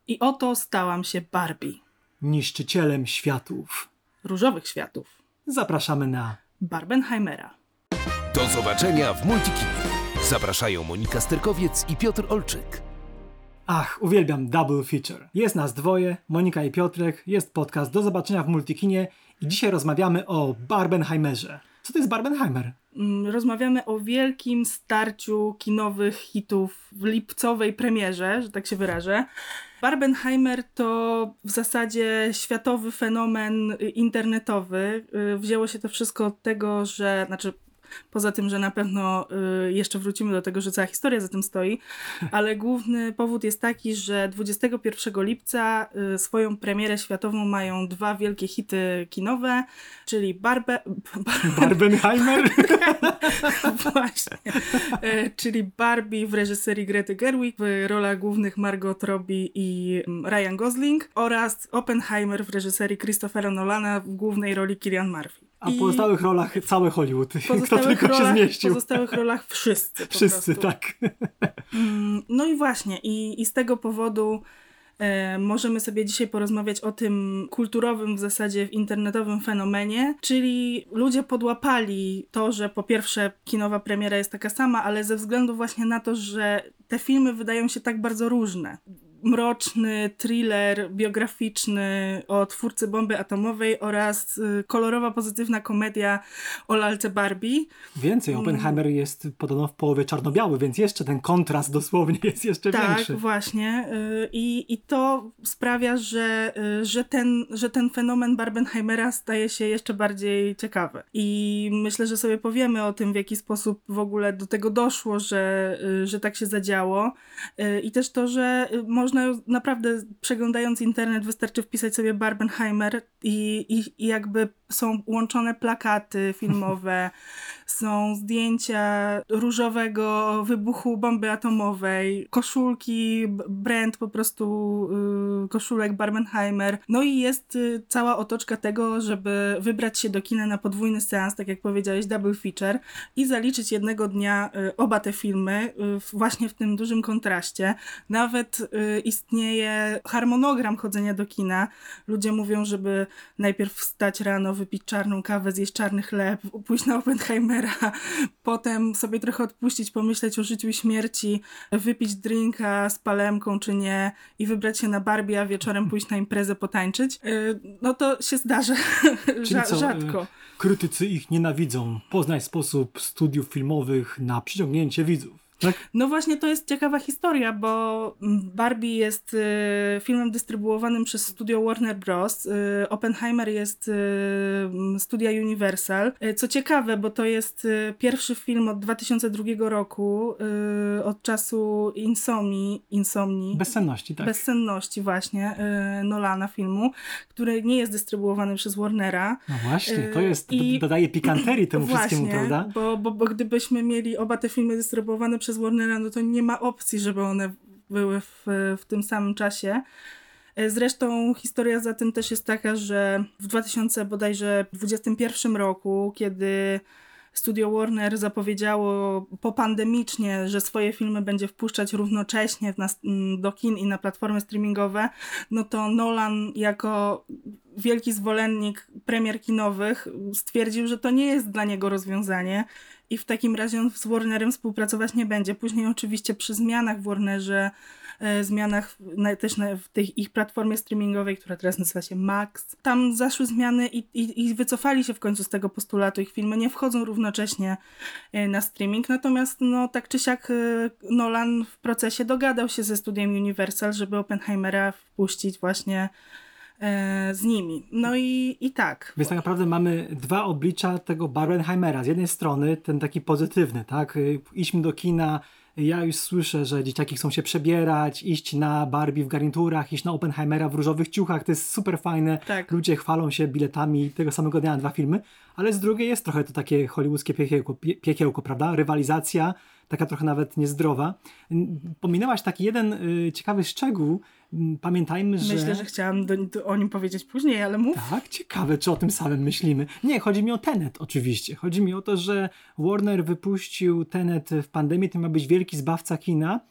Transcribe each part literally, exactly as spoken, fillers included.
I oto stałam się Barbie. Niszczycielem światów. Różowych światów. Zapraszamy na Barbenheimera. Do zobaczenia w Multikinie. Zapraszają Monika Sterkowiec i Piotr Olczyk. Ach, uwielbiam double feature. Jest nas dwoje, Monika i Piotrek, jest podcast Do zobaczenia w Multikinie i dzisiaj rozmawiamy o Barbenheimerze. Co to jest Barbenheimer? Rozmawiamy o wielkim starciu kinowych hitów w lipcowej premierze, że tak się wyrażę. Barbenheimer to w zasadzie światowy fenomen internetowy. Wzięło się to wszystko od tego, że... Znaczy, poza tym, że na pewno y, jeszcze wrócimy do tego, że cała historia za tym stoi, ale główny powód jest taki, że dwudziestego pierwszego lipca y, swoją premierę światową mają dwa wielkie hity kinowe, czyli Barbe... Bar- Barbenheimer? Właśnie. Y, czyli Barbie w reżyserii Grety Gerwig, w rolach głównych Margot Robbie i Ryan Gosling oraz Oppenheimer w reżyserii Christophera Nolana w głównej roli Cillian Murphy. A w pozostałych rolach cały Hollywood. Kto tylko rolach, się zmieścił. W pozostałych rolach wszyscy. Po wszyscy, prostu. tak. No i właśnie. I, i z tego powodu e, możemy sobie dzisiaj porozmawiać o tym kulturowym w zasadzie internetowym fenomenie, czyli ludzie podłapali to, że po pierwsze kinowa premiera jest taka sama, ale ze względu właśnie na to, że te filmy wydają się tak bardzo różne. Mroczny thriller biograficzny o twórcy bomby atomowej oraz y, kolorowa, pozytywna komedia o lalce Barbie. Więcej, Oppenheimer jest podobno w połowie czarno-biały, więc jeszcze ten kontrast dosłownie jest jeszcze tak, większy. Tak, właśnie. Y, I, I to sprawia, że, y, że, ten, że ten fenomen Barbenheimera staje się jeszcze bardziej ciekawy. I myślę, że sobie powiemy o tym, w jaki sposób w ogóle do tego doszło, że, y, że tak się zadziało. Y, I też to, że można naprawdę, przeglądając internet, wystarczy wpisać sobie Barbenheimer i, i, i jakby są łączone plakaty filmowe, są zdjęcia różowego wybuchu bomby atomowej, koszulki, brand po prostu yy, koszulek Barbenheimer. No i jest yy, cała otoczka tego, żeby wybrać się do kina na podwójny seans, tak jak powiedziałeś, double feature i zaliczyć jednego dnia yy, oba te filmy yy, właśnie w tym dużym kontraście. Nawet yy, istnieje harmonogram chodzenia do kina. Ludzie mówią, żeby najpierw wstać rano, wypić czarną kawę, zjeść czarny chleb, pójść na Oppenheimera, potem sobie trochę odpuścić, pomyśleć o życiu i śmierci, wypić drinka z palemką czy nie i wybrać się na Barbie, a wieczorem pójść na imprezę potańczyć. No to się zdarza Czyli co, rzadko. Krytycy ich nienawidzą. Poznaj sposób studiów filmowych na przyciągnięcie widzów. Tak? No właśnie to jest ciekawa historia, bo Barbie jest y, filmem dystrybuowanym przez studio Warner Bros. Y, Oppenheimer jest y, studia Universal. Y, co ciekawe, bo to jest y, pierwszy film od dwa tysiące drugiego roku, y, od czasu Insomni, Insomni. Bezsenności, tak. Bezsenności właśnie, y, Nolana filmu, który nie jest dystrybuowany przez Warnera. No właśnie, to jest, I dodaje pikanterii temu właśnie, wszystkiemu, prawda? Bo, bo, bo gdybyśmy mieli oba te filmy dystrybuowane przez Warnera, no to nie ma opcji, żeby one były w, w tym samym czasie. Zresztą historia za tym też jest taka, że w dwa tysiące bodajże dwudziestym pierwszym roku, kiedy studio Warner zapowiedziało popandemicznie, że swoje filmy będzie wpuszczać równocześnie na, do kin i na platformy streamingowe, no to Nolan jako wielki zwolennik premier kinowych stwierdził, że to nie jest dla niego rozwiązanie i w takim razie on z Warnerem współpracować nie będzie. Później oczywiście przy zmianach w Warnerze, e, zmianach na, też na, w tej ich platformie streamingowej, która teraz nazywa się Max, tam zaszły zmiany i, i, i wycofali się w końcu z tego postulatu. Ich filmy nie wchodzą równocześnie e, na streaming, natomiast no, tak czy siak e, Nolan w procesie dogadał się ze studiem Universal, żeby Oppenheimera wpuścić właśnie z nimi. No i, i tak. Więc tak naprawdę mamy dwa oblicza tego Barbenheimera. Z jednej strony ten taki pozytywny, tak? Idźmy do kina, ja już słyszę, że dzieciaki chcą się przebierać, iść na Barbie w garniturach, iść na Oppenheimera w różowych ciuchach, to jest super fajne. Tak. Ludzie chwalą się biletami tego samego dnia na dwa filmy, ale z drugiej jest trochę to takie hollywoodzkie piekiełko, pie, piekiełko, prawda? Rywalizacja, taka trochę nawet niezdrowa. Pominęłaś taki jeden y, ciekawy szczegół. Pamiętajmy, że... Myślę, że chciałam do, do, o nim powiedzieć później, ale mów. Tak, ciekawe, czy o tym samym myślimy. Nie, chodzi mi o Tenet oczywiście. Chodzi mi o to, że Warner wypuścił Tenet w pandemii, to ma być wielki zbawca kina.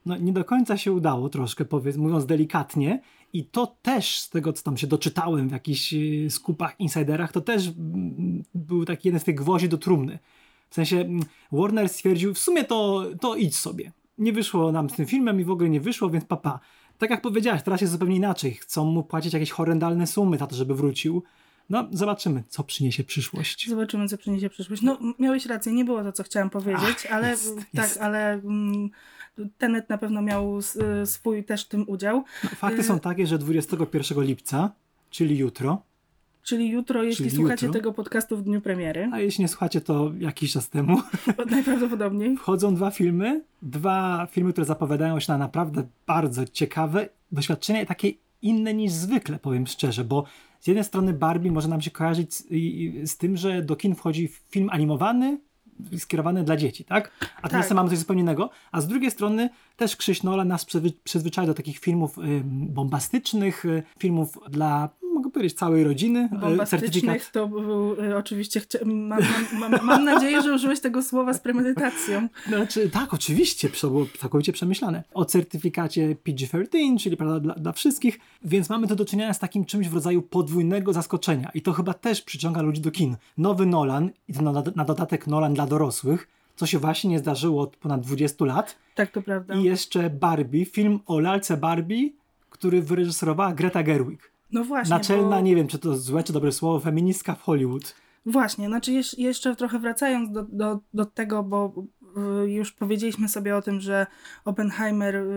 no, nie do końca się udało troszkę, powiedz, mówiąc delikatnie. I to też, z tego co tam się doczytałem w jakichś y, skupach, insiderach, to też mm, był taki jeden z tych gwoździ do trumny. W sensie mm, Warner stwierdził, w sumie to, to idź sobie. Nie wyszło nam z tym filmem i w ogóle nie wyszło, więc papa. Tak jak powiedziałaś, teraz jest zupełnie inaczej. Chcą mu płacić jakieś horrendalne sumy za to, żeby wrócił. No, zobaczymy, co przyniesie przyszłość. Zobaczymy, co przyniesie przyszłość. No, miałeś rację, nie było to, co chciałam powiedzieć, Ach, ale jest, tak, jest. ale mm, Tenet na pewno miał s- swój też w tym udział. No, fakty Y- są takie, że dwudziestego pierwszego lipca, czyli jutro, Czyli jutro, jeśli Czyli słuchacie jutro. tego podcastu w dniu premiery, a jeśli nie słuchacie, to jakiś czas temu, najprawdopodobniej. wchodzą dwa filmy. Dwa filmy, które zapowiadają się na naprawdę bardzo ciekawe doświadczenia i takie inne niż zwykle, powiem szczerze, bo z jednej strony Barbie może nam się kojarzyć z, i- z tym, że do kin wchodzi film animowany skierowany dla dzieci, tak? A teraz Tak. mamy coś zupełnie innego. A z drugiej strony też Krzyś Nolan nas przyzwy- przyzwyczaił do takich filmów ym, bombastycznych, y, filmów dla, mogę powiedzieć, całej rodziny. y, Certyfikat. Bombastycznych to był y, oczywiście, chcia- mam, mam, mam, mam nadzieję, że użyłeś tego słowa z premedytacją. Znaczy, tak, oczywiście, to było całkowicie przemyślane. O certyfikacie P G trzynaście, czyli prawda, dla, dla wszystkich, więc mamy tu do czynienia z takim czymś w rodzaju podwójnego zaskoczenia i to chyba też przyciąga ludzi do kin. Nowy Nolan i to na, na dodatek Nolan dla dorosłych, co się właśnie nie zdarzyło od ponad dwudziestu lat. Tak, to prawda. I jeszcze Barbie, film o lalce Barbie, który wyreżyserowała Greta Gerwig. No właśnie, Naczelna, bo... nie wiem, czy to złe, czy dobre słowo, feministka w Hollywood. Właśnie, znaczy jeż- jeszcze trochę wracając do, do, do tego, bo y, już powiedzieliśmy sobie o tym, że Oppenheimer y,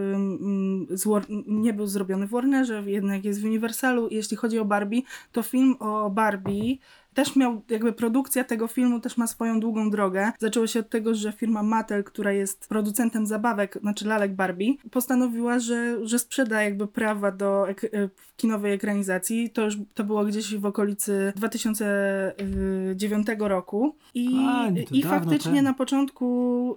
y, z War- nie był zrobiony w Warnerze, jednak jest w Universalu. Jeśli chodzi o Barbie, to film o Barbie też miał, jakby produkcja tego filmu też ma swoją długą drogę. Zaczęło się od tego, że firma Mattel, która jest producentem zabawek, znaczy lalek Barbie, postanowiła, że, że sprzeda jakby prawa do ek- e, kinowej ekranizacji. To już to było gdzieś w okolicy dwa tysiące dziewiątego roku. I, A, to i dawno faktycznie temu. na początku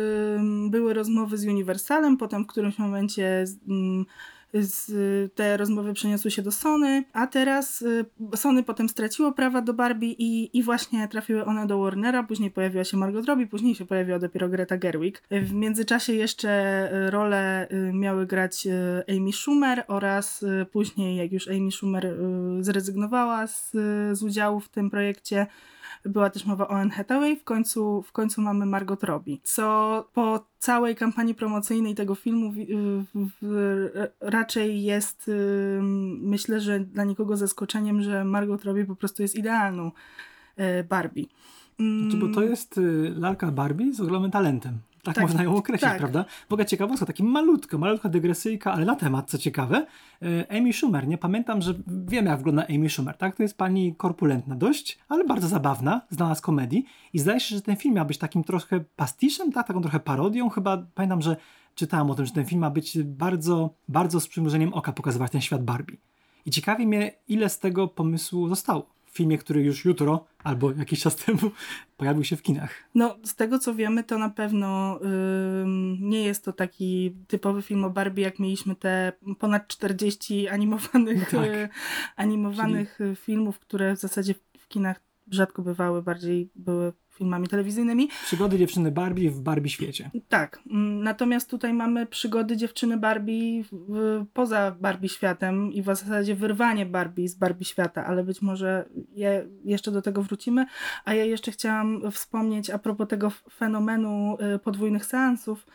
ym, były rozmowy z Universalem, potem w którymś momencie ym, z, te rozmowy przeniosły się do Sony, a teraz y, Sony potem straciło prawa do Barbie i, i właśnie trafiły one do Warnera, później pojawiła się Margot Robbie, później się pojawiła dopiero Greta Gerwig. W międzyczasie jeszcze y, rolę y, miały grać y, Amy Schumer oraz y, później, jak już Amy Schumer y, zrezygnowała z, z udziału w tym projekcie, była też mowa o Anne Hathaway, w końcu, w końcu mamy Margot Robbie, co po całej kampanii promocyjnej tego filmu w, w, w, raczej jest, y, myślę, że dla nikogo zaskoczeniem, że Margot Robbie po prostu jest idealną y, Barbie. Mm, Znaczy, bo to jest y, lalka Barbie z ogromnym talentem. Tak, Tak, można ją określić, tak. prawda? W ogóle ciekawostka, taki malutka, malutka dygresyjka, ale na temat, co ciekawe. y, Amy Schumer, nie pamiętam, że wiem, jak wygląda Amy Schumer, tak? To jest pani korpulentna dość, ale bardzo zabawna, znana z komedii i zdaje się, że ten film miał być takim trochę pastiszem, tak? Taką trochę parodią chyba. Pamiętam, że czytałem o tym, że ten film ma być bardzo, bardzo z przymrużeniem oka pokazywać ten świat Barbie. I ciekawi mnie, ile z tego pomysłu zostało w filmie, który już jutro, albo jakiś czas temu pojawił się w kinach. No, z tego co wiemy, to na pewno ym, nie jest to taki typowy film o Barbie, jak mieliśmy te ponad czterdzieści animowanych, Tak. y, animowanych y, filmów, które w zasadzie w kinach rzadko bywały, bardziej były filmami telewizyjnymi. Przygody dziewczyny Barbie w Barbie świecie. Tak, mm, natomiast tutaj mamy przygody dziewczyny Barbie w, w, poza Barbie światem i w zasadzie wyrwanie Barbie z Barbie świata, ale być może je, jeszcze do tego wrócimy. A ja jeszcze chciałam wspomnieć a propos tego f- fenomenu y, podwójnych seansów,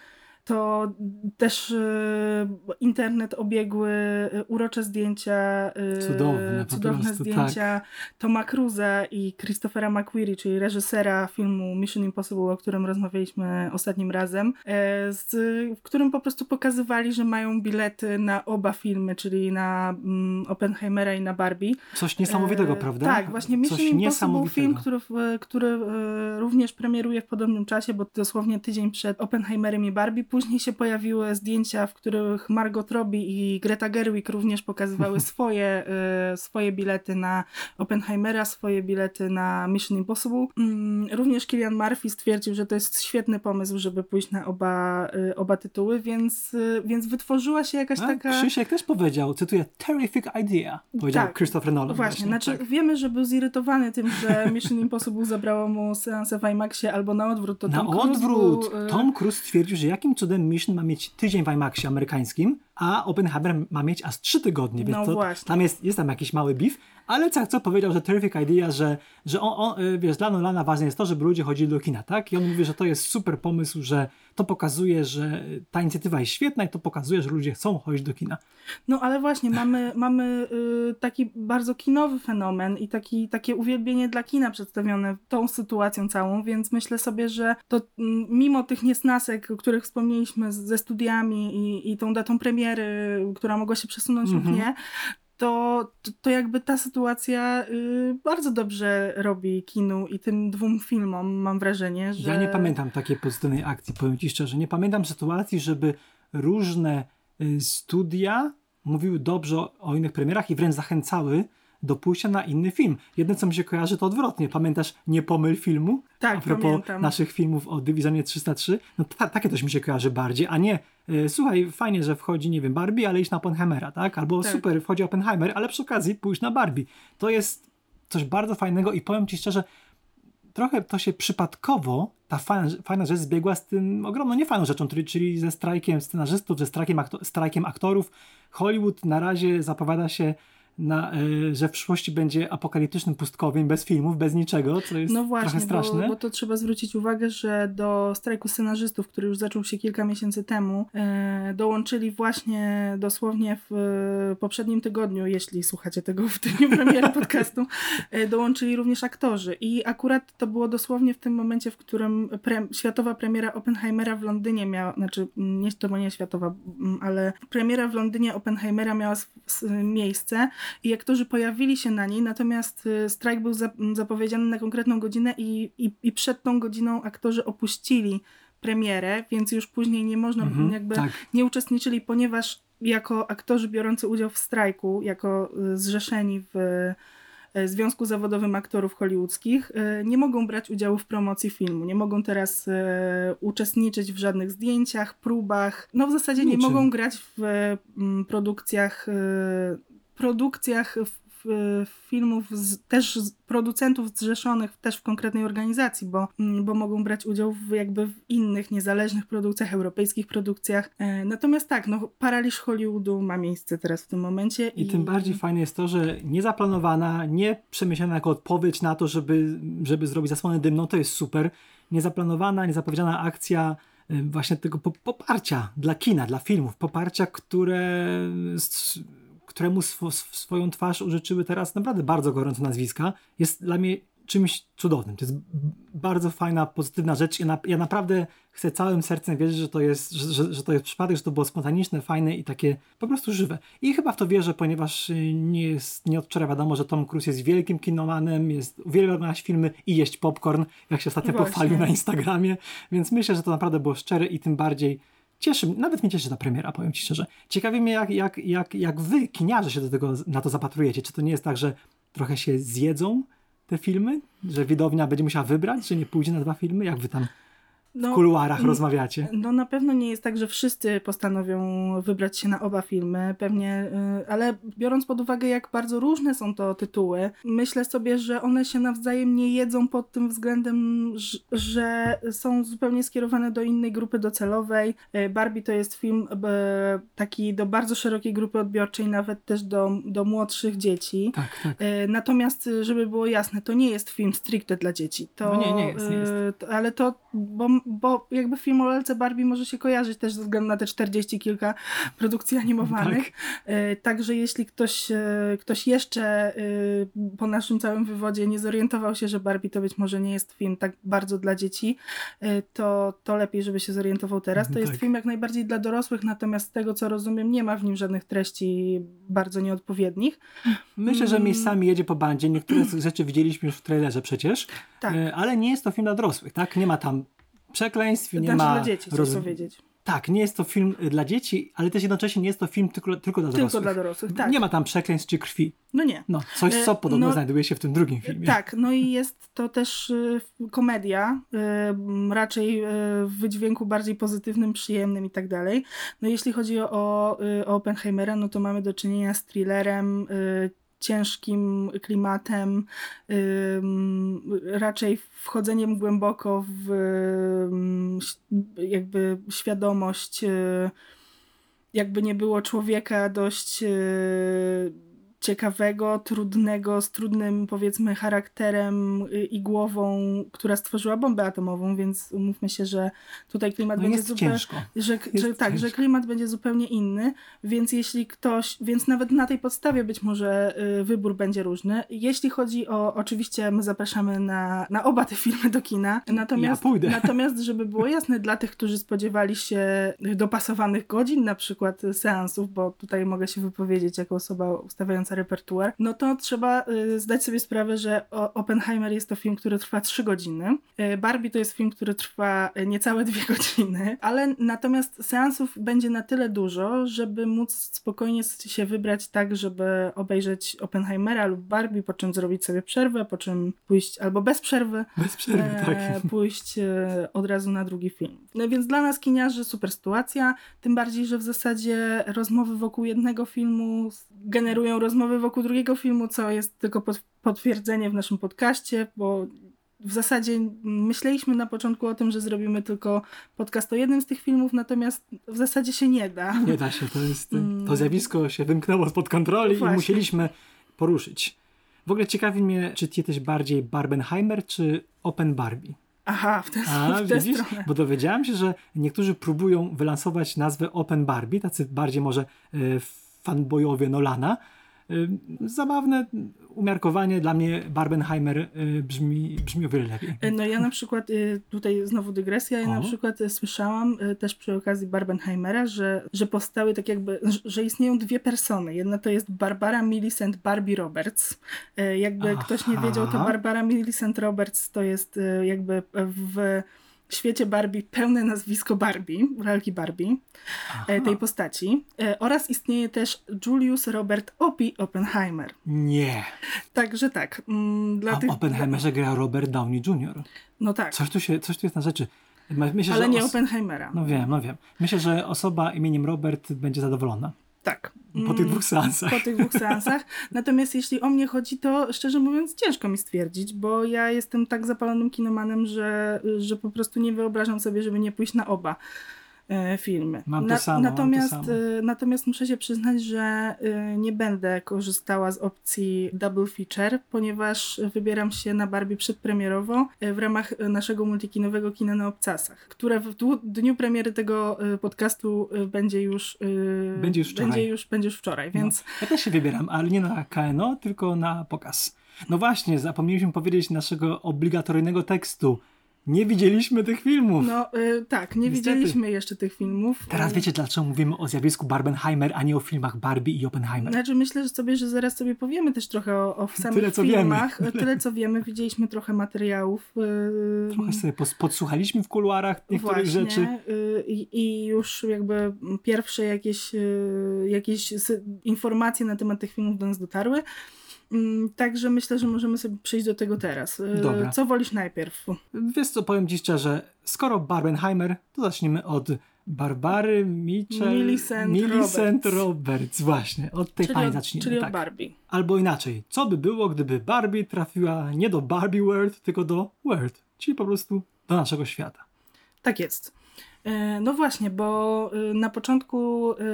to też y, internet obiegły y, urocze zdjęcia, y, Cudowne, po cudowne prostu, zdjęcia Toma Cruza i Christophera McQuarrie, czyli reżysera filmu Mission Impossible, o którym rozmawialiśmy ostatnim razem, e, z, w którym po prostu pokazywali, że mają bilety na oba filmy, czyli na mm, Oppenheimera i na Barbie. Coś niesamowitego, E, prawda? Tak, właśnie Mission Coś Impossible, niesamowitego. film, który, w- który e, również premieruje w podobnym czasie, bo dosłownie tydzień przed Oppenheimerem i Barbie. Później się pojawiły zdjęcia, w których Margot Robbie i Greta Gerwig również pokazywały swoje, e, swoje bilety na Oppenheimera, swoje bilety na Mission Impossible. Mm, Również Cillian Murphy stwierdził, że to jest świetny pomysł, żeby pójść na oba, e, oba tytuły, więc, e, więc wytworzyła się jakaś A, taka... Krzysiek też powiedział, cytuję, terrific idea, powiedział Tak. Christopher Nolan. Właśnie, znaczy tak. wiemy, że był zirytowany tym, że Mission Impossible zabrało mu seansę w IMAXie albo na odwrót. To Na Tom Cruise odwrót! Był, y, Tom Cruise stwierdził, że jakim cudem Mission ma mieć tydzień w IMAXie amerykańskim, a Oppenheimer ma mieć aż trzy tygodnie, więc No to, właśnie. tam jest, jest tam jakiś mały beef, ale co, co powiedział, że terrific idea, że, że on, on, y, wiesz, dla Nolana ważne jest to, żeby ludzie chodzili do kina, tak? I on mówi, że to jest super pomysł, że to pokazuje, że ta inicjatywa jest świetna i to pokazuje, że ludzie chcą chodzić do kina. No ale właśnie, mamy, mamy y, taki bardzo kinowy fenomen i taki, takie uwielbienie dla kina przedstawione tą sytuacją całą, więc myślę sobie, że to mm, mimo tych niesnasek, o których wspomnieliśmy z- ze studiami i, i tą datą premiery, która mogła się przesunąć lub Mhm. nie, to, to, to jakby ta sytuacja y, bardzo dobrze robi kinu i tym dwóm filmom, mam wrażenie, że... Ja nie pamiętam takiej pozytywnej akcji, powiem ci szczerze. Nie pamiętam sytuacji, żeby różne y, studia mówiły dobrze o, o innych premierach i wręcz zachęcały do pójścia na inny film. Jedno, co mi się kojarzy, to odwrotnie. Pamiętasz Nie pomyl filmu? Tak, A propos pamiętam. naszych filmów o Dywizjonie trzysta trzy. No ta, takie coś mi się kojarzy bardziej, a nie y, słuchaj, fajnie, że wchodzi, nie wiem, Barbie, ale idź na Oppenheimera, tak? Albo Tak. super, wchodzi Oppenheimer, ale przy okazji pójdź na Barbie. To jest coś bardzo fajnego i powiem ci szczerze, trochę to się przypadkowo, ta fajna, fajna rzecz zbiegła z tym ogromną niefajną rzeczą, czyli, czyli ze strajkiem scenarzystów, ze strajkiem, akto, strajkiem aktorów. Hollywood na razie zapowiada się, na, y, że w przyszłości będzie apokaliptycznym pustkowiem, bez filmów, bez niczego, co jest No trochę właśnie, straszne. bo, bo to trzeba zwrócić uwagę, że do strajku scenarzystów, który już zaczął się kilka miesięcy temu, e, dołączyli właśnie dosłownie w e, poprzednim tygodniu, jeśli słuchacie tego w dniu premiery podcastu, e, dołączyli również aktorzy. I akurat to było dosłownie w tym momencie, w którym pre, światowa premiera Oppenheimera w Londynie miała, znaczy nie, to nie światowa, m, ale premiera w Londynie Oppenheimera miała s, s, miejsce i aktorzy pojawili się na niej, natomiast y, strajk był za, zapowiedziany na konkretną godzinę i, i, i przed tą godziną aktorzy opuścili premierę, więc już później nie można, Mhm, jakby tak. nie uczestniczyli, ponieważ jako aktorzy biorący udział w strajku, jako y, zrzeszeni w y, Związku Zawodowym Aktorów Hollywoodzkich, y, nie mogą brać udziału w promocji filmu, nie mogą teraz y, uczestniczyć w żadnych zdjęciach, próbach, no w zasadzie nie Niczym. mogą grać w y, produkcjach y, produkcjach f, f, filmów z, też z producentów zrzeszonych też w konkretnej organizacji, bo, mm, bo mogą brać udział w, jakby w innych niezależnych produkcjach, europejskich produkcjach. E, natomiast tak, no, paraliż Hollywoodu ma miejsce teraz w tym momencie. I tym bardziej fajne jest to, że niezaplanowana, nie przemyślana jako odpowiedź na to, żeby, żeby zrobić zasłonę dymną, to jest super. Niezaplanowana, niezapowiedziana akcja y, właśnie tego po- poparcia dla kina, dla filmów, poparcia, które s- któremu swo, swoją twarz użyczyły teraz naprawdę bardzo gorące nazwiska, jest dla mnie czymś cudownym. To jest b- bardzo fajna, pozytywna rzecz. Ja, na, ja naprawdę chcę całym sercem wierzyć, że to jest, że, że, że to jest przypadek, że to było spontaniczne, fajne i takie po prostu żywe. I chyba w to wierzę, ponieważ y, nie jest, nie od wczoraj wiadomo, że Tom Cruise jest wielkim kinomanem, jest uwielbia oglądać filmy i jeść popcorn, jak się ostatnio Właśnie. pochwalił na Instagramie, więc myślę, że to naprawdę było szczere i tym bardziej cieszy, nawet mnie cieszy ta premiera, powiem ci szczerze. Ciekawi mnie, jak, jak, jak, jak wy, kiniarze, się do tego, na to zapatrujecie. Czy to nie jest tak, że trochę się zjedzą te filmy? Że widownia będzie musiała wybrać, że nie pójdzie na dwa filmy? Jak wy tam w no, kuluarach mm, rozmawiacie? No na pewno nie jest tak, że wszyscy postanowią wybrać się na oba filmy, pewnie, y, ale biorąc pod uwagę, jak bardzo różne są to tytuły, myślę sobie, że one się nawzajem nie jedzą pod tym względem, ż- że są zupełnie skierowane do innej grupy docelowej. Y, Barbie to jest film y, taki do bardzo szerokiej grupy odbiorczej, nawet też do, do młodszych dzieci. Tak, tak. Y, Natomiast, y, żeby było jasne, to nie jest film stricte dla dzieci. To, No nie, nie jest, nie jest. y, to- Ale to, bo, bo jakby film o lalce Barbie może się kojarzyć też ze względu na te czterdzieści kilka produkcji animowanych. Tak. Y, Także jeśli ktoś, y, ktoś jeszcze y, po naszym całym wywodzie nie zorientował się, że Barbie to być może nie jest film tak bardzo dla dzieci, y, to, to lepiej, żeby się zorientował teraz. To jest Tak. film jak najbardziej dla dorosłych, natomiast z tego, co rozumiem, nie ma w nim żadnych treści bardzo nieodpowiednich. Myślę, że miejscami jedzie po bandzie. Niektóre z rzeczy widzieliśmy już w trailerze przecież, Tak. e, ale nie jest to film dla dorosłych, tak? Nie ma tam przekleństw, nie Znaczy ma... dla dzieci, chcesz roz- powiedzieć. Tak, nie jest to film y, dla dzieci, ale też jednocześnie nie jest to film tylko, tylko dla dorosłych. Tylko dla dorosłych, tak. Nie ma tam przekleństw czy krwi. No nie. No, coś, co E, podobno no, znajduje się w tym drugim filmie. Tak, no i jest to też y, komedia, y, m, raczej y, w wydźwięku bardziej pozytywnym, przyjemnym i tak dalej. No jeśli chodzi o, y, o Oppenheimera, no to mamy do czynienia z thrillerem y, ciężkim klimatem, ym, raczej wchodzeniem głęboko w ym, jakby świadomość, y, jakby nie było człowieka dość y, ciekawego, trudnego, z trudnym powiedzmy charakterem i głową, która stworzyła bombę atomową, więc umówmy się, że tutaj klimat no będzie jest zupełnie... ciężko. Że, Jest że, tak, ciężko. że klimat będzie zupełnie inny, więc jeśli ktoś, więc nawet na tej podstawie być może y, wybór będzie różny. Jeśli chodzi o, oczywiście my zapraszamy na, na oba te filmy do kina, natomiast, Ja pójdę. natomiast żeby było jasne, dla tych, którzy spodziewali się dopasowanych godzin, na przykład seansów, bo tutaj mogę się wypowiedzieć jako osoba ustawiająca repertuar, no to trzeba y, zdać sobie sprawę, że o, Oppenheimer jest to film, który trwa trzy godziny. Y, Barbie to jest film, który trwa y, niecałe dwie godziny, ale natomiast seansów będzie na tyle dużo, żeby móc spokojnie się wybrać tak, żeby obejrzeć Oppenheimera lub Barbie, po czym zrobić sobie przerwę, po czym pójść albo bez przerwy, Bez przerwy, e, tak. pójść e, od razu na drugi film. No więc dla nas kiniarzy super sytuacja, tym bardziej, że w zasadzie rozmowy wokół jednego filmu generują rozmowy wokół drugiego filmu, co jest tylko pot- potwierdzenie w naszym podcaście, bo w zasadzie myśleliśmy na początku o tym, że zrobimy tylko podcast o jednym z tych filmów, natomiast w zasadzie się nie da. Nie da się, to jest, Mm. to zjawisko się wymknęło spod kontroli Właśnie. i musieliśmy poruszyć. W ogóle ciekawi mnie, czy ty jesteś bardziej Barbenheimer, czy Open Barbie? Aha, w tę, A, w tę widzisz? stronę. Bo dowiedziałem się, że niektórzy próbują wylansować nazwę Open Barbie, tacy bardziej może y, fanboyowie Nolana. Y, zabawne umiarkowanie, dla mnie Barbenheimer y, brzmi, brzmi o wiele lepiej. No ja na przykład, y, tutaj znowu dygresja, ja O. na przykład y, słyszałam y, też przy okazji Barbenheimera, że, że powstały tak jakby, że- że istnieją dwie persony. Jedna to jest Barbara Millicent Barbie Roberts. Y, Jakby Aha. ktoś nie wiedział, to Barbara Millicent Roberts to jest y, jakby w świecie Barbie pełne nazwisko Barbie, lalki Barbie, y, tej postaci. Y, Oraz istnieje też Julius Robert Opie Oppenheimer. Nie. Także tak. mm, Dla A tych, w Oppenheimerze gra Robert Downey junior No tak, Coś tu, się, coś tu jest na rzeczy. Myślę, ale że nie os- Oppenheimera. No wiem, no wiem. Myślę, że osoba imieniem Robert będzie zadowolona Tak. po tych Mm, dwóch seansach. Po tych dwóch seansach. Natomiast jeśli o mnie chodzi, to szczerze mówiąc ciężko mi stwierdzić, bo ja jestem tak zapalonym kinomanem, że, że po prostu nie wyobrażam sobie, żeby nie pójść na oba e, filmy. Mam to samo, mam to natomiast, samo. e, natomiast muszę się przyznać, że e, nie będę korzystała z opcji double feature, ponieważ wybieram się na Barbie przedpremierowo e, w ramach e, naszego multikinowego kina na Obcasach, które w dłu- dniu premiery tego e, podcastu e, będzie już e, Będzie już wczoraj. będzie już, będzie już wczoraj, więc No, ja też się wybieram, ale nie na K N O, tylko na pokaz. No właśnie, zapomnieliśmy powiedzieć naszego obligatoryjnego tekstu. Nie widzieliśmy tych filmów. no y, tak, nie Niestety. widzieliśmy jeszcze tych filmów. Teraz Y, wiecie, dlaczego mówimy o zjawisku Barbenheimer, a nie o filmach Barbie i Oppenheimer. Znaczy myślę że sobie, że zaraz sobie powiemy też trochę o, o samych Tyle, co filmach. wiemy. Tyle co wiemy, widzieliśmy trochę materiałów. y, Trochę sobie pos- podsłuchaliśmy w kuluarach niektórych Właśnie, rzeczy. y, i, i już jakby pierwsze jakieś, y, jakieś sy- informacje na temat tych filmów do nas dotarły. Mm, Także myślę, że możemy sobie przejść do tego teraz. Y, Dobra. Co wolisz najpierw? Wiesz co, powiem ci szczerze, skoro Barbenheimer, to zacznijmy od Barbary Mitchell... Millicent Millicent Roberts. Roberts. Właśnie, od tej Czyli pani od, zacznijmy. czyli od tak. Barbie. Albo inaczej, co by było, gdyby Barbie trafiła nie do Barbie World, tylko do World, czyli po prostu do naszego świata. Tak jest. E, No właśnie, bo e, na początku e,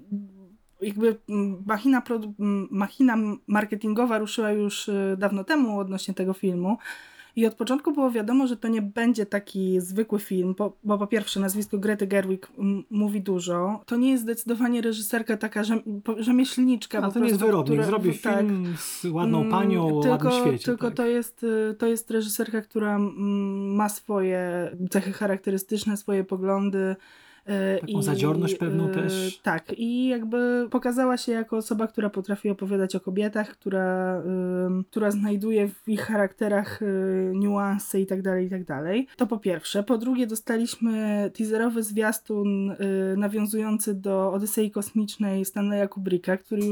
jakby mm, machina, produ- m, machina marketingowa ruszyła już e, dawno temu odnośnie tego filmu. I od początku było wiadomo, że to nie będzie taki zwykły film, bo, bo po pierwsze nazwisko Grety Gerwig m, mówi dużo. To nie jest zdecydowanie reżyserka taka rzem, po- rzemieślniczka. A po to nie jest prostu, wyrobnik, która- zrobi tak. film z ładną Mm, panią o tylko, ładnym świecie. Tylko tak. to, jest, y, to jest reżyserka, która mm, ma swoje cechy charakterystyczne, swoje poglądy. y, Taką zadziorność pewną y, też. Tak, i jakby pokazała się jako osoba, która potrafi opowiadać o kobietach, która, y, która znajduje w ich charakterach y, niuanse i tak dalej, i tak dalej. To po pierwsze. Po drugie dostaliśmy teaserowy zwiastun y, nawiązujący do Odysei Kosmicznej Stanleya Kubricka, który już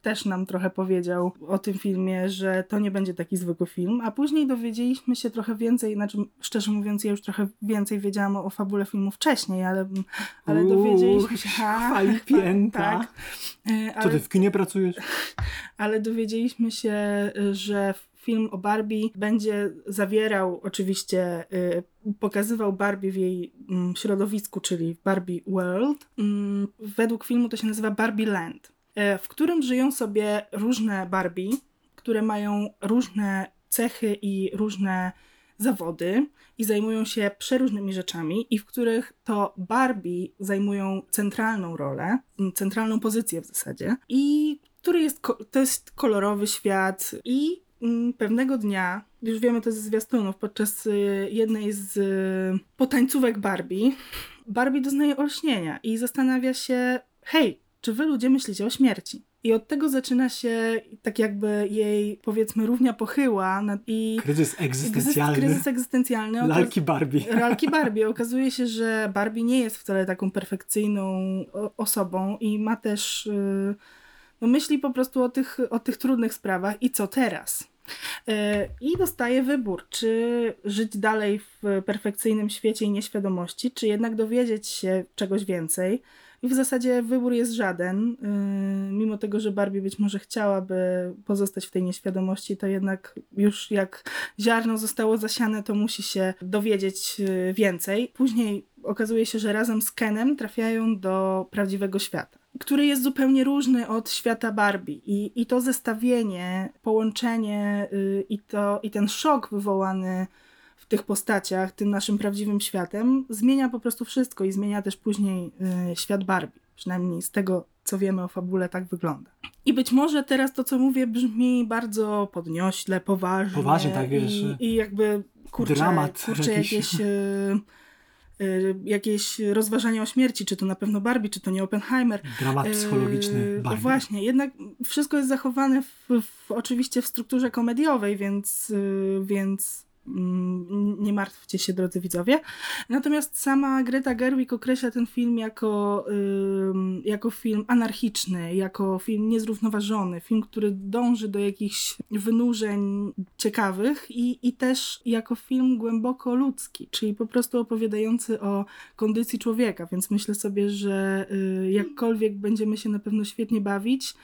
też nam trochę powiedział o tym filmie, że to nie będzie taki zwykły film, a później dowiedzieliśmy się trochę więcej, znaczy szczerze mówiąc ja już trochę więcej wiedziałam o, o fabule filmu wcześniej, ale, ale Uuu, dowiedzieliśmy się... Ha, chwali pięta. tak. E, Co ale, ty, w kinie pracujesz? ale dowiedzieliśmy się, że film o Barbie będzie zawierał oczywiście, y, pokazywał Barbie w jej mm, środowisku, czyli w Barbie World. Mm, według filmu to się nazywa Barbie Land, y, w którym żyją sobie różne Barbie, które mają różne cechy i różne zawody i zajmują się przeróżnymi rzeczami i w których to Barbie zajmują centralną rolę, mm, centralną pozycję w zasadzie i który jest, ko- to jest kolorowy świat i pewnego dnia, już wiemy to ze zwiastunów, podczas jednej z potańcówek Barbie, Barbie doznaje olśnienia i zastanawia się, hej, czy wy ludzie myślicie o śmierci? I od tego zaczyna się tak jakby jej, powiedzmy, równia pochyła nad, i Kryzys egzystencjalny. Kryzys egzystencjalny. Lalki Barbie. Lalki Barbie. Okazuje się, że Barbie nie jest wcale taką perfekcyjną osobą i ma też... Yy, no myśli po prostu o tych, o tych trudnych sprawach i co teraz? I dostaje wybór, czy żyć dalej w perfekcyjnym świecie i nieświadomości, czy jednak dowiedzieć się czegoś więcej. I w zasadzie wybór jest żaden. Mimo tego, że Barbie być może chciałaby pozostać w tej nieświadomości, to jednak już jak ziarno zostało zasiane, to musi się dowiedzieć więcej. Później okazuje się, że razem z Kenem trafiają do prawdziwego świata, który jest zupełnie różny od świata Barbie. I, i to zestawienie, połączenie yy, i, to, i ten szok wywołany w tych postaciach, tym naszym prawdziwym światem, zmienia po prostu wszystko i zmienia też później yy, świat Barbie. Przynajmniej z tego, co wiemy o fabule, tak wygląda. I być może teraz to, co mówię, brzmi bardzo podniośle, poważnie. Poważnie, tak, wiesz. I, i jakby, kurczę, dramat kurczę jakiś. jakieś... Yy, jakieś rozważania o śmierci, czy to na pewno Barbie, czy to nie Oppenheimer. Dramat psychologiczny Barbie. Właśnie, jednak wszystko jest zachowane w, w, oczywiście w strukturze komediowej, więc, więc nie martwcie się, drodzy widzowie. Natomiast sama Greta Gerwig określa ten film jako, jako film anarchiczny, jako film niezrównoważony, film, który dąży do jakichś wynurzeń ciekawych i, i też jako film głęboko ludzki, czyli po prostu opowiadający o kondycji człowieka, więc myślę sobie, że jakkolwiek będziemy się na pewno świetnie bawić,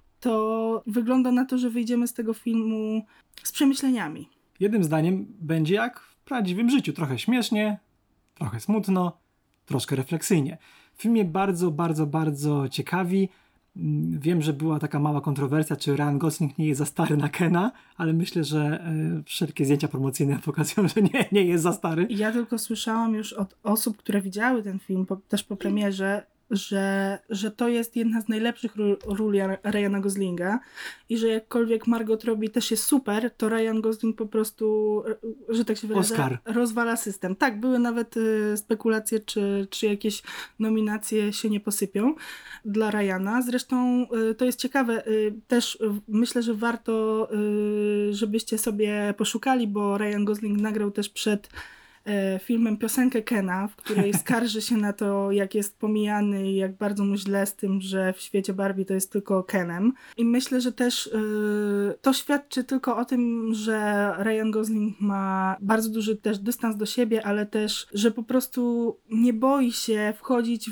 to wygląda na to, że wyjdziemy z tego filmu z przemyśleniami. Jednym zdaniem będzie jak w prawdziwym życiu. Trochę śmiesznie, trochę smutno, troszkę refleksyjnie. Film mnie bardzo, bardzo, bardzo ciekawi. Wiem, że była taka mała kontrowersja, czy Ryan Gosling nie jest za stary na Kena, ale myślę, że y, wszelkie zdjęcia promocyjne pokazują, że nie, nie jest za stary. Ja tylko słyszałam już od osób, które widziały ten film, po, też po premierze, że, że to jest jedna z najlepszych ról, ról Ryana Goslinga i że jakkolwiek Margot Robbie też jest super, to Ryan Gosling po prostu, że tak się wyrażę, Oscar. rozwala system. Tak, były nawet y, spekulacje, czy, czy jakieś nominacje się nie posypią dla Ryana. Zresztą y, to jest ciekawe, y, też y, myślę, że warto, y, żebyście sobie poszukali, bo Ryan Gosling nagrał też przed filmem piosenkę Kena, w której skarży się na to, jak jest pomijany i jak bardzo mu źle z tym, że w świecie Barbie to jest tylko Kenem. I myślę, że też yy, to świadczy tylko o tym, że Ryan Gosling ma bardzo duży też dystans do siebie, ale też, że po prostu nie boi się wchodzić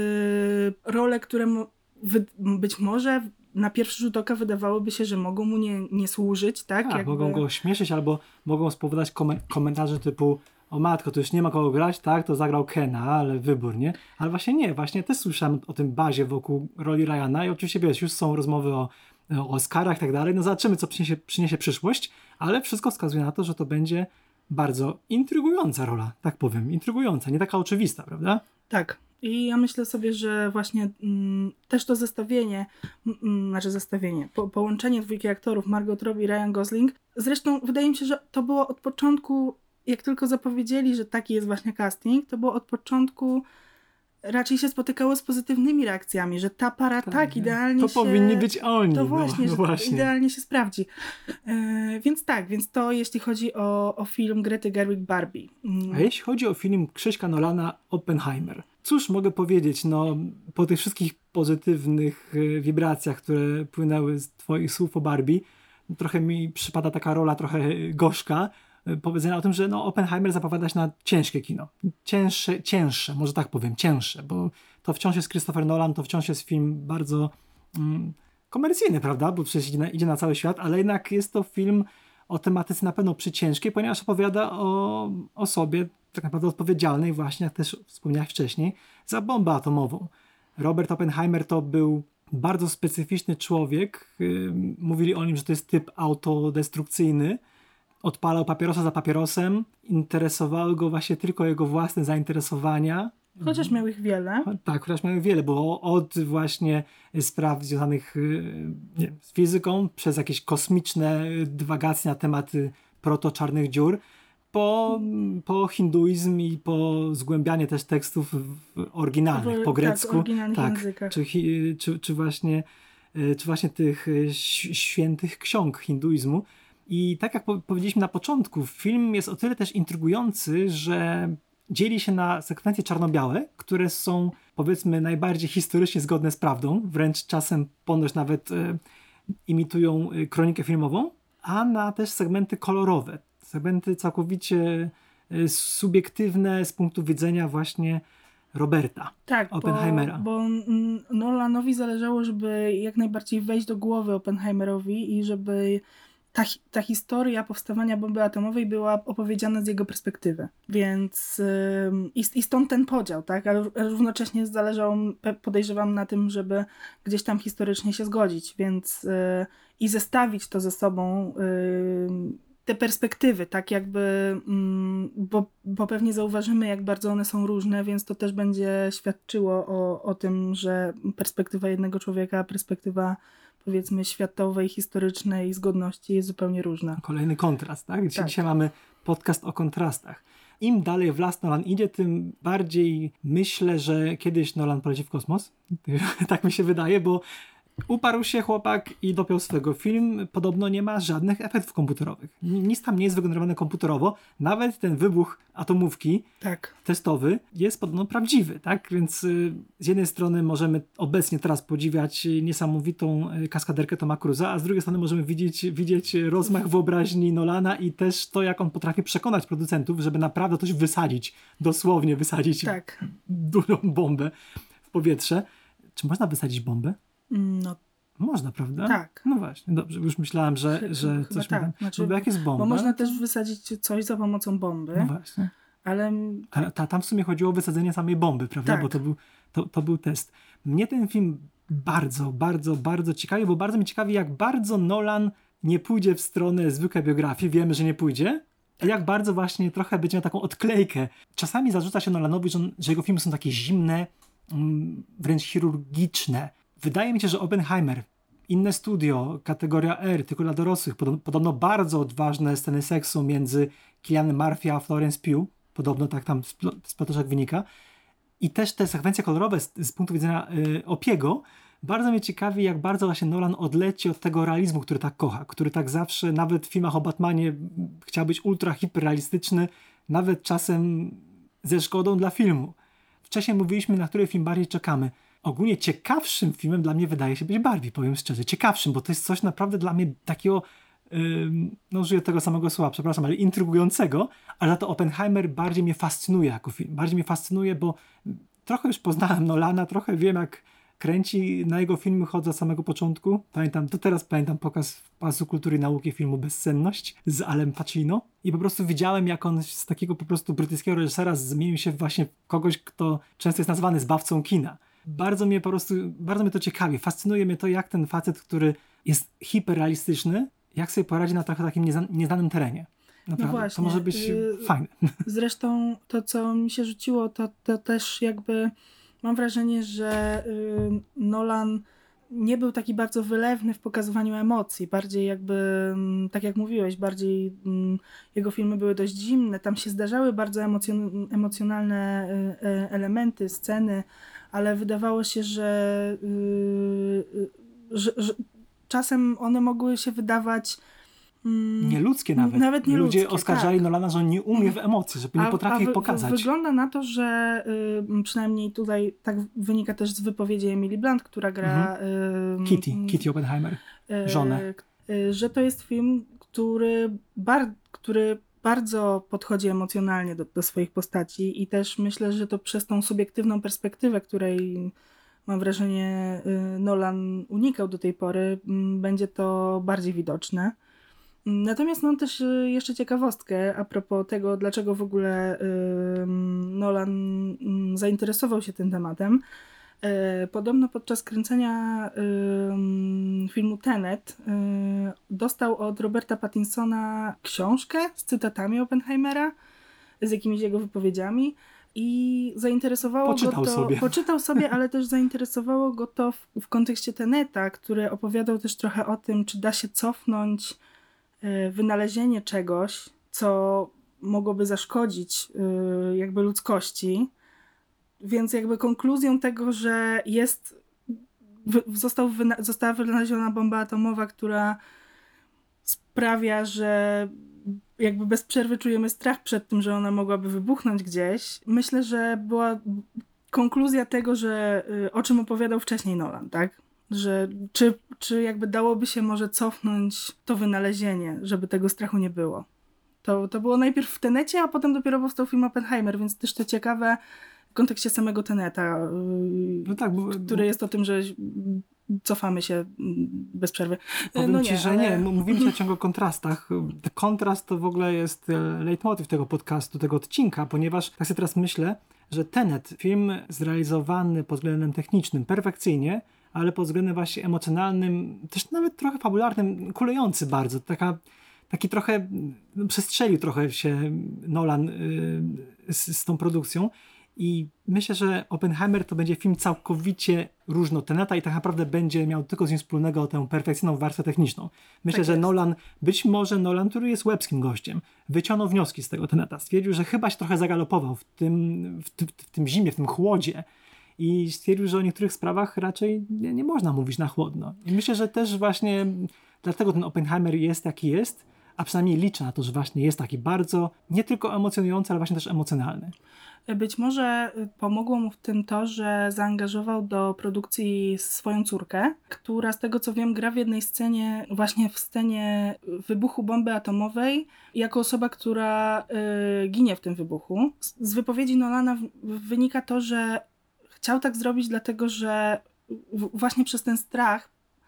w role, które mu, wy, być może na pierwszy rzut oka wydawałoby się, że mogą mu nie, nie służyć, tak? A, Jakby... mogą go śmieszyć albo mogą spowodować kom- komentarze typu o matko, to już nie ma kogo grać, tak? To zagrał Kena, ale wybór, nie? Ale właśnie nie, właśnie też słyszałem o tym bazie wokół roli Ryana i oczywiście wiesz, już są rozmowy o, o Oscarach i tak dalej, no zobaczymy, co przyniesie, przyniesie przyszłość, ale wszystko wskazuje na to, że to będzie bardzo intrygująca rola, tak powiem, intrygująca, nie taka oczywista, prawda? Tak. I ja myślę sobie, że właśnie mm, też to zestawienie, mm, znaczy zestawienie, po, połączenie dwójki aktorów, Margot Robbie i Ryan Gosling, zresztą wydaje mi się, że to było od początku, jak tylko zapowiedzieli, że taki jest właśnie casting, to było od początku raczej się spotykało z pozytywnymi reakcjami, że ta para tak, tak idealnie to się... To powinni być oni. To właśnie, no, że właśnie. idealnie się sprawdzi. Yy, więc tak, więc to jeśli chodzi o, o film Grety Gerwig Barbie. Yy. A jeśli chodzi o film Krzyśka Nolana Oppenheimer, Cóż mogę powiedzieć, no po tych wszystkich pozytywnych y, wibracjach, które płynęły z twoich słów o Barbie, trochę mi przypada taka rola trochę gorzka, y, powiedzenia o tym, że no Oppenheimer zapowiada się na ciężkie kino. Cięższe, cięższe, może tak powiem, cięższe, bo to wciąż jest Christopher Nolan, to wciąż jest film bardzo mm, komercyjny, prawda, bo przecież idzie na, idzie na cały świat, ale jednak jest to film o tematyce na pewno przyciężkiej, ponieważ opowiada o osobie tak naprawdę odpowiedzialnej właśnie, jak też wspomniałeś wcześniej, za bombę atomową. Robert Oppenheimer to był bardzo specyficzny człowiek. Mówili o nim, że to jest typ autodestrukcyjny. Odpalał papierosa za papierosem. Interesowały go właśnie tylko jego własne zainteresowania. Chociaż miał ich wiele. Tak, chociaż miał wiele, bo od właśnie spraw związanych nie wiem, z fizyką, przez jakieś kosmiczne dywagacje na tematy proto-czarnych dziur, po, po hinduizm i po zgłębianie też tekstów oryginalnych, W, po grecku. Tak, oryginalnych tak, językach. Czy, czy, czy, właśnie, czy właśnie tych świętych ksiąg hinduizmu. I tak jak powiedzieliśmy na początku, film jest o tyle też intrygujący, że dzieli się na sekwencje czarno-białe, które są powiedzmy najbardziej historycznie zgodne z prawdą, wręcz czasem ponoć nawet e, imitują kronikę filmową, a na też segmenty kolorowe, segmenty całkowicie e, subiektywne z punktu widzenia właśnie Roberta tak, Oppenheimera. Bo, bo Nolanowi zależało, żeby jak najbardziej wejść do głowy Oppenheimerowi i żeby Ta, ta historia powstawania bomby atomowej była opowiedziana z jego perspektywy. Więc yy, i, i stąd ten podział, tak? Ale równocześnie zależało, podejrzewam, na tym, żeby gdzieś tam historycznie się zgodzić, więc yy, i zestawić to ze sobą yy, te perspektywy, tak jakby, yy, bo, bo pewnie zauważymy, jak bardzo one są różne, więc to też będzie świadczyło o, o tym, że perspektywa jednego człowieka, perspektywa powiedzmy światowej, historycznej zgodności jest zupełnie różna. Kolejny kontrast, tak? Dzisiaj, tak. dzisiaj mamy podcast o kontrastach. Im dalej w las Nolan idzie, tym bardziej myślę, że kiedyś Nolan poleci w kosmos. Tak mi się wydaje, bo uparł się chłopak i dopiął swego. Film podobno nie ma żadnych efektów komputerowych. Nic tam nie jest wygenerowane komputerowo. Nawet ten wybuch atomówki tak. testowy jest podobno prawdziwy, tak? Więc y, z jednej strony możemy obecnie teraz podziwiać niesamowitą kaskaderkę Toma Cruza, a z drugiej strony możemy widzieć, widzieć rozmach wyobraźni Nolana i też to, jak on potrafi przekonać producentów, żeby naprawdę coś wysadzić, dosłownie wysadzić tak. dużą bombę w powietrze. Czy można wysadzić bombę? No można, prawda? tak. No właśnie, dobrze, już myślałem, że, że Chyba coś tak. mi tam... Znaczy, no bo jak jest bomba... Bo można też wysadzić coś za pomocą bomby. No właśnie. Ale... Ta, ta, tam w sumie chodziło o wysadzenie samej bomby, prawda? Tak. Bo to był, to, to był test. Mnie ten film bardzo, bardzo, bardzo ciekawi, bo bardzo mnie ciekawi, jak bardzo Nolan nie pójdzie w stronę zwykłej biografii. Wiemy, że nie pójdzie. I jak bardzo właśnie trochę będzie miał taką odklejkę. Czasami zarzuca się Nolanowi, że, on, że jego filmy są takie zimne, wręcz chirurgiczne. Wydaje mi się, że Oppenheimer, inne studio, kategoria R, tylko dla dorosłych, podobno, podobno bardzo odważne sceny seksu między Cillianem Murphy a Florence Pugh, podobno tak tam z plotoszek wynika, i też te sekwencje kolorowe z, z punktu widzenia y, Opiego, bardzo mnie ciekawi, jak bardzo właśnie Nolan odleci od tego realizmu, który tak kocha, który tak zawsze, nawet w filmach o Batmanie chciał być ultra hiperrealistyczny, nawet czasem ze szkodą dla filmu. Wcześniej mówiliśmy, na który film bardziej czekamy. Ogólnie ciekawszym filmem dla mnie wydaje się być Barbie, powiem szczerze. Ciekawszym, bo to jest coś naprawdę dla mnie takiego, yy, no użyję tego samego słowa, przepraszam, ale intrygującego, ale za to Oppenheimer bardziej mnie fascynuje jako film. Bardziej mnie fascynuje, bo trochę już poznałem Nolana, trochę wiem, jak kręci. Na jego filmy chodzę od samego początku. Pamiętam, to teraz pamiętam pokaz w Pałacu Kultury i Nauki filmu Bezsenność z Alem Pacino i po prostu widziałem, jak on z takiego po prostu brytyjskiego reżysera zmienił się właśnie w kogoś, kto często jest nazwany zbawcą kina. Bardzo mnie po prostu, bardzo mnie to ciekawi. Fascynuje mnie to, jak ten facet, który jest hiperrealistyczny, jak sobie poradzi na trochę takim niezna, nieznanym terenie. Naprawdę. No właśnie, to może być yy, fajne. Zresztą to, co mi się rzuciło, to, to też jakby mam wrażenie, że yy, Nolan nie był taki bardzo wylewny w pokazywaniu emocji. Bardziej jakby, tak jak mówiłeś, bardziej yy, jego filmy były dość zimne. Tam się zdarzały bardzo emocjon- emocjonalne yy, elementy, sceny, ale wydawało się, że, yy, że, że czasem one mogły się wydawać Mm, nieludzkie nawet. Nawet nieludzkie, Ludzie oskarżali tak. Nolana, że on nie umie w emocje, żeby nie A- potrafi a ich wy- pokazać. Wygląda na to, że y, przynajmniej tutaj tak wynika też z wypowiedzi Emily Blunt, która gra y, Kitty, Kitty Oppenheimer, y, żonę. y, że to jest film, który, bar, który bardzo podchodzi emocjonalnie do, do swoich postaci i też myślę, że to przez tą subiektywną perspektywę, której mam wrażenie y, Nolan unikał do tej pory, m, będzie to bardziej widoczne. Natomiast mam też y, jeszcze ciekawostkę a propos tego, dlaczego w ogóle y, Nolan y, zainteresował się tym tematem. Y, Podobno podczas kręcenia y, filmu Tenet y, dostał od Roberta Pattinsona książkę z cytatami Oppenheimera, z jakimiś jego wypowiedziami i zainteresowało Poczytał go to... sobie. Poczytał sobie, ale też zainteresowało go to w, w kontekście Teneta, który opowiadał też trochę o tym, czy da się cofnąć wynalezienie czegoś, co mogłoby zaszkodzić y, jakby ludzkości. Więc jakby konkluzją tego, że jest wy, został wyna, została wynaleziona bomba atomowa, która sprawia, że jakby bez przerwy czujemy strach przed tym, że ona mogłaby wybuchnąć gdzieś. Myślę, że była konkluzja tego, że y, o czym opowiadał wcześniej Nolan, tak? Że czy, czy jakby dałoby się może cofnąć to wynalezienie, żeby tego strachu nie było. To, to było najpierw w Tenecie, a potem dopiero powstał film Oppenheimer, więc też to ciekawe w kontekście samego Teneta, yy, No tak, bo, który bo... jest o tym, że cofamy się bez przerwy. Powiem no ci, nie, że ale... nie. Mówiliśmy ciągle o kontrastach. Kontrast to w ogóle jest leitmotiv tego podcastu, tego odcinka, ponieważ tak sobie teraz myślę, że Tenet, film zrealizowany pod względem technicznym perfekcyjnie, ale pod względem właśnie emocjonalnym, też nawet trochę fabularnym, kulejący bardzo. Taka, taki trochę, przestrzelił trochę się Nolan yy, z, z tą produkcją i myślę, że Oppenheimer to będzie film całkowicie różny od Teneta i tak naprawdę będzie miał tylko z nim wspólnego tę perfekcyjną warstwę techniczną. Myślę, Tak że jest. Nolan, być może Nolan, który jest łebskim gościem, wyciągnął wnioski z tego Teneta. Stwierdził, że chyba się trochę zagalopował w tym, w tym, w tym zimie, w tym chłodzie. I stwierdził, że o niektórych sprawach raczej nie, nie można mówić na chłodno. I myślę, że też właśnie dlatego ten Oppenheimer jest jaki jest, a przynajmniej liczę na to, że właśnie jest taki bardzo, nie tylko emocjonujący, ale właśnie też emocjonalny. Być może pomogło mu w tym to, że zaangażował do produkcji swoją córkę, która z tego co wiem gra w jednej scenie, właśnie w scenie wybuchu bomby atomowej, jako osoba, która y, ginie w tym wybuchu. Z, z wypowiedzi Nolana w, wynika to, że chciał tak zrobić dlatego, że w, właśnie przez ten strach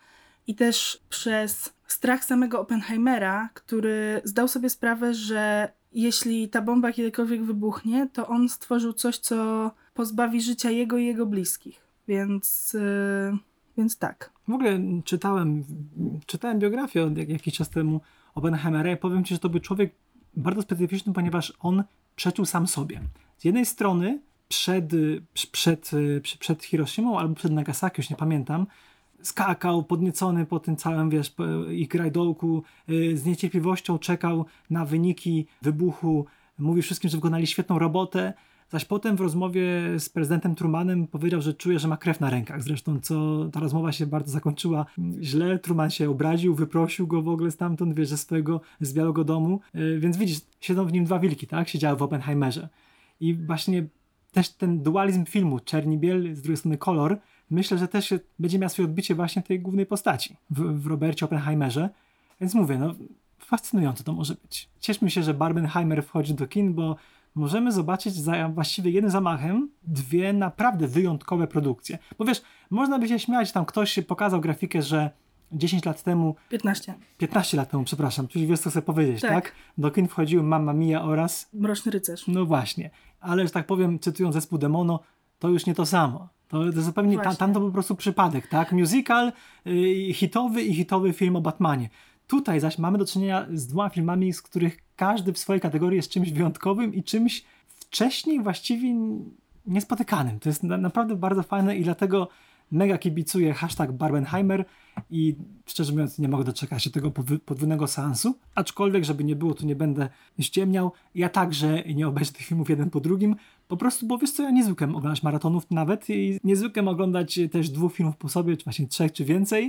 i też przez strach samego Oppenheimera, który zdał sobie sprawę, że jeśli ta bomba kiedykolwiek wybuchnie, to on stworzył coś, co pozbawi życia jego i jego bliskich. Więc, yy, więc tak. W ogóle czytałem, czytałem biografię od jak, jakiś czas temu Oppenheimera i powiem ci, że to był człowiek bardzo specyficzny, ponieważ on przeczył sam sobie. Z jednej strony przed, przed, przed, przed Hiroshimą albo przed Nagasaki, już nie pamiętam, skakał podniecony po tym całym, wiesz, ich grajdołku, z niecierpliwością czekał na wyniki wybuchu, mówił wszystkim, że wykonali świetną robotę, zaś potem w rozmowie z prezydentem Trumanem powiedział, że czuje, że ma krew na rękach. Zresztą, co ta rozmowa się bardzo zakończyła źle, Truman się obraził, wyprosił go w ogóle stamtąd, wiesz, ze swojego, z Białego Domu, więc widzisz, siedzą w nim dwa wilki, tak, siedziały w Oppenheimerze. I właśnie też ten dualizm filmu, czerni biel, z drugiej strony kolor, myślę, że też będzie miał swoje odbicie właśnie w tej głównej postaci, w, w Robercie Oppenheimerze. Więc mówię, no fascynujące to może być. Cieszmy się, że Barbenheimer wchodzi do kin, bo możemy zobaczyć za właściwie jednym zamachem dwie naprawdę wyjątkowe produkcje. Bo wiesz, można by się śmiać, tam ktoś pokazał grafikę, że dziesięć lat temu... piętnaście. piętnaście lat temu, przepraszam. Czyli wiesz, co chcę powiedzieć, tak? Tak. Do kin wchodziły Mamma Mia oraz... Mroczny rycerz. No właśnie. Ale, że tak powiem, cytując zespół Demono, to już nie to samo. To, to zupełnie, tam, tam to był po prostu przypadek, tak? Musical, y, hitowy i hitowy film o Batmanie. Tutaj zaś mamy do czynienia z dwoma filmami, z których każdy w swojej kategorii jest czymś wyjątkowym i czymś wcześniej właściwie niespotykanym. To jest na, naprawdę bardzo fajne i dlatego mega kibicuję hashtag Barbenheimer i szczerze mówiąc nie mogę doczekać się tego podwójnego seansu, aczkolwiek żeby nie było, to nie będę ściemniał. Ja także nie obejrzę tych filmów jeden po drugim, po prostu, bo wiesz co, ja nie zwykłem oglądać maratonów nawet i nie zwykłem oglądać też dwóch filmów po sobie, czy właśnie trzech, czy więcej,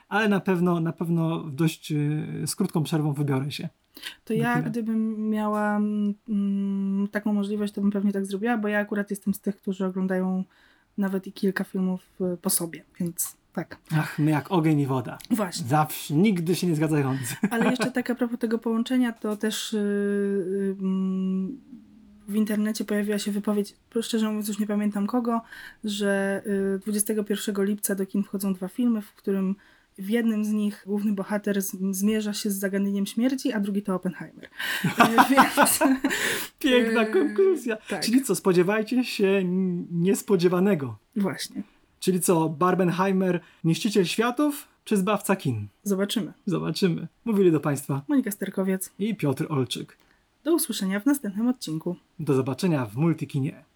ale na pewno, na pewno w dość y, z krótką przerwą wybiorę się. To ja, gdybym miała mm, taką możliwość, to bym pewnie tak zrobiła, bo ja akurat jestem z tych, którzy oglądają nawet i kilka filmów y, po sobie, więc tak. Ach, my jak ogień i woda. Właśnie. Zawsze, nigdy się nie zgadzający. Ale jeszcze tak a propos tego połączenia, to też yy, yy, w internecie pojawiła się wypowiedź, szczerze mówiąc już nie pamiętam kogo, że yy, dwudziestego pierwszego lipca do kin wchodzą dwa filmy, w którym w jednym z nich główny bohater z- zmierza się z zagadnieniem śmierci, a drugi to Oppenheimer. Yy, więc, Piękna Yy, konkluzja. tak. Czyli co, spodziewajcie się n- niespodziewanego. właśnie. Czyli co, Barbenheimer, niszczyciel światów, czy zbawca kin? Zobaczymy. Zobaczymy. Mówili do Państwa Monika Sterkowiec. i Piotr Olczyk. Do usłyszenia w następnym odcinku. Do zobaczenia w Multikinie.